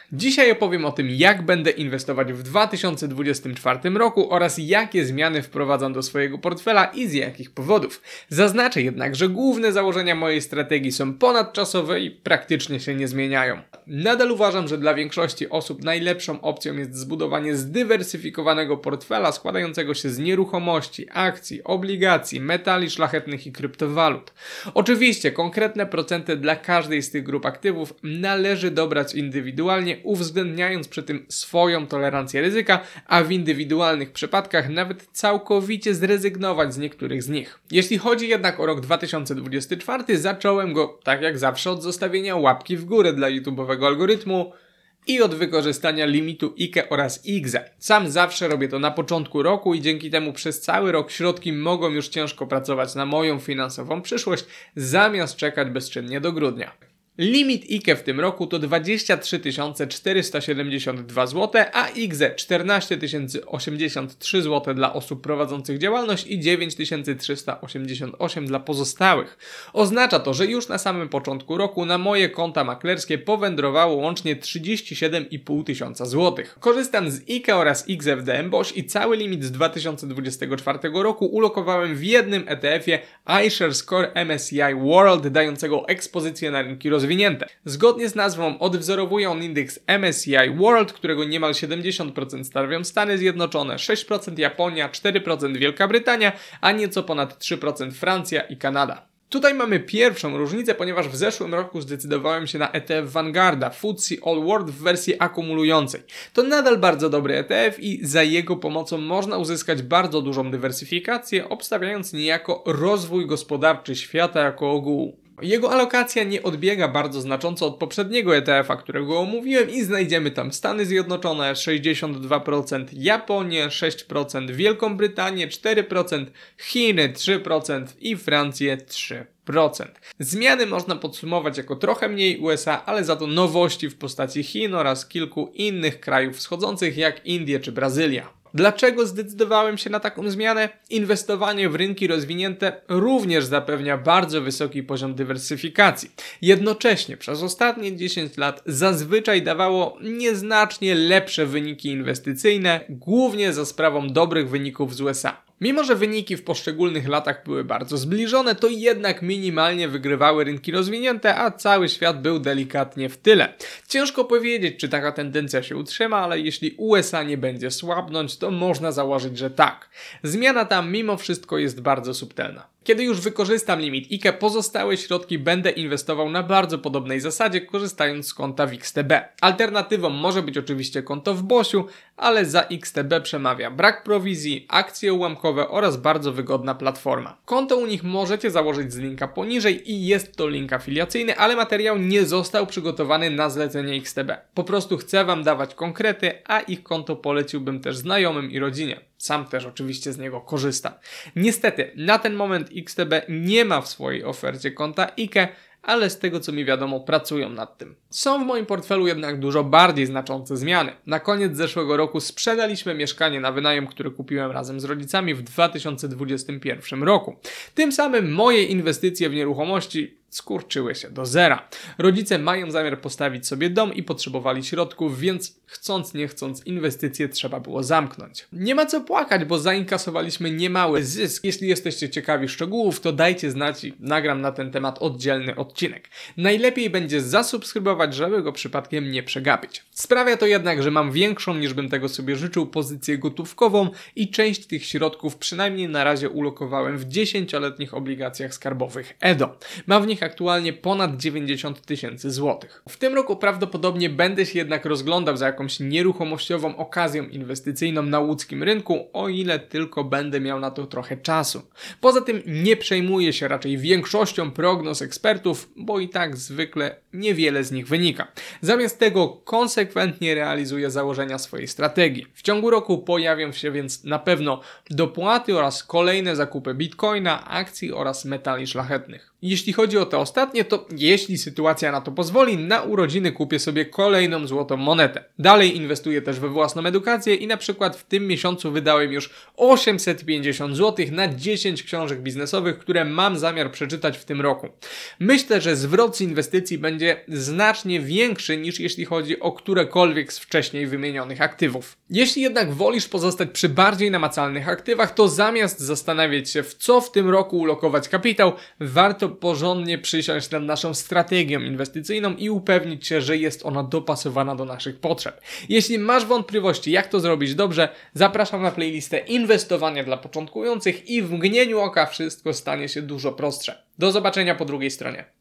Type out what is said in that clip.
Dzisiaj opowiem o tym, jak będę inwestować w 2024 roku oraz jakie zmiany wprowadzam do swojego portfela i z jakich powodów. Zaznaczę jednak, że główne założenia mojej strategii są ponadczasowe i praktycznie się nie zmieniają. Nadal uważam, że dla większości osób najlepszą opcją jest zbudowanie zdywersyfikowanego portfela składającego się z nieruchomości, akcji, obligacji, metali szlachetnych i kryptowalut. Oczywiście konkretne procenty dla każdej z tych grup aktywów należy dobrać indywidualnie, uwzględniając przy tym swoją tolerancję ryzyka, a w indywidualnych przypadkach nawet całkowicie zrezygnować z niektórych z nich. Jeśli chodzi jednak o rok 2024, zacząłem go, tak jak zawsze, od zostawienia łapki w górę dla YouTube'owego algorytmu i od wykorzystania limitu IKE oraz IGZE. Sam zawsze robię to na początku roku i dzięki temu przez cały rok środki mogą już ciężko pracować na moją finansową przyszłość, zamiast czekać bezczynnie do grudnia. Limit IKE w tym roku to 23 472 zł, a IGZE 14 083 zł dla osób prowadzących działalność i 9 388 dla pozostałych. Oznacza to, że już na samym początku roku na moje konta maklerskie powędrowało łącznie 37,5 tysiąca złotych. Korzystam z IKE oraz IGZE w DM-BOŚ i cały limit z 2024 roku ulokowałem w jednym ETF-ie iShares Core MSCI World, dającego ekspozycję na rynki rozwinięte. Zgodnie z nazwą odwzorowuje on indeks MSCI World, którego niemal 70% stanowią Stany Zjednoczone, 6% Japonia, 4% Wielka Brytania, a nieco ponad 3% Francja i Kanada. Tutaj mamy pierwszą różnicę, ponieważ w zeszłym roku zdecydowałem się na ETF Vanguarda FTSE All World w wersji akumulującej. To nadal bardzo dobry ETF i za jego pomocą można uzyskać bardzo dużą dywersyfikację, obstawiając niejako rozwój gospodarczy świata jako ogółu. Jego alokacja nie odbiega bardzo znacząco od poprzedniego ETF-a, którego omówiłem i znajdziemy tam Stany Zjednoczone 62%, Japonię 6%, Wielką Brytanię 4%, Chiny 3% i Francję 3%. Zmiany można podsumować jako trochę mniej USA, ale za to nowości w postaci Chin oraz kilku innych krajów wschodzących jak Indie czy Brazylia. Dlaczego zdecydowałem się na taką zmianę? Inwestowanie w rynki rozwinięte również zapewnia bardzo wysoki poziom dywersyfikacji. Jednocześnie przez ostatnie 10 lat zazwyczaj dawało nieznacznie lepsze wyniki inwestycyjne, głównie za sprawą dobrych wyników z USA. Mimo że wyniki w poszczególnych latach były bardzo zbliżone, to jednak minimalnie wygrywały rynki rozwinięte, a cały świat był delikatnie w tyle. Ciężko powiedzieć, czy taka tendencja się utrzyma, ale jeśli USA nie będzie słabnąć, to można założyć, że tak. Zmiana ta mimo wszystko jest bardzo subtelna. Kiedy już wykorzystam limit IKE, pozostałe środki będę inwestował na bardzo podobnej zasadzie, korzystając z konta w XTB. Alternatywą może być oczywiście konto w BOŚ-u, ale za XTB przemawia brak prowizji, akcje ułamkowe oraz bardzo wygodna platforma. Konto u nich możecie założyć z linka poniżej i jest to link afiliacyjny, ale materiał nie został przygotowany na zlecenie XTB. Po prostu chcę Wam dawać konkrety, a ich konto poleciłbym też znajomym i rodzinie. Sam też oczywiście z niego korzystam. Niestety, na ten moment XTB nie ma w swojej ofercie konta IKE, ale z tego co mi wiadomo pracują nad tym. Są w moim portfelu jednak dużo bardziej znaczące zmiany. Na koniec zeszłego roku sprzedaliśmy mieszkanie na wynajem, które kupiłem razem z rodzicami w 2021 roku. Tym samym moje inwestycje w nieruchomości skurczyły się do zera. Rodzice mają zamiar postawić sobie dom i potrzebowali środków, więc chcąc nie chcąc inwestycje trzeba było zamknąć. Nie ma co płakać, bo zainkasowaliśmy niemały zysk. Jeśli jesteście ciekawi szczegółów, to dajcie znać i nagram na ten temat oddzielny odcinek. Najlepiej będzie zasubskrybować, żeby go przypadkiem nie przegapić. Sprawia to jednak, że mam większą niż bym tego sobie życzył pozycję gotówkową i część tych środków przynajmniej na razie ulokowałem w 10-letnich obligacjach skarbowych EDO. Mam w nich aktualnie ponad 90 tysięcy złotych. W tym roku prawdopodobnie będę się jednak rozglądał za jakąś nieruchomościową okazją inwestycyjną na łódzkim rynku, o ile tylko będę miał na to trochę czasu. Poza tym nie przejmuję się raczej większością prognoz ekspertów, bo i tak zwykle niewiele z nich wynika. Zamiast tego konsekwentnie realizuję założenia swojej strategii. W ciągu roku pojawią się więc na pewno dopłaty oraz kolejne zakupy bitcoina, akcji oraz metali szlachetnych. Jeśli chodzi o te ostatnie, to jeśli sytuacja na to pozwoli, na urodziny kupię sobie kolejną złotą monetę. Dalej inwestuję też we własną edukację i na przykład w tym miesiącu wydałem już 850 zł na 10 książek biznesowych, które mam zamiar przeczytać w tym roku. Myślę, że zwrot z inwestycji będzie znacznie większy niż jeśli chodzi o którekolwiek z wcześniej wymienionych aktywów. Jeśli jednak wolisz pozostać przy bardziej namacalnych aktywach, to zamiast zastanawiać się, w co w tym roku ulokować kapitał, warto porządnie przysiąść nad naszą strategią inwestycyjną i upewnić się, że jest ona dopasowana do naszych potrzeb. Jeśli masz wątpliwości, jak to zrobić dobrze, zapraszam na playlistę Inwestowanie dla początkujących i w mgnieniu oka wszystko stanie się dużo prostsze. Do zobaczenia po drugiej stronie.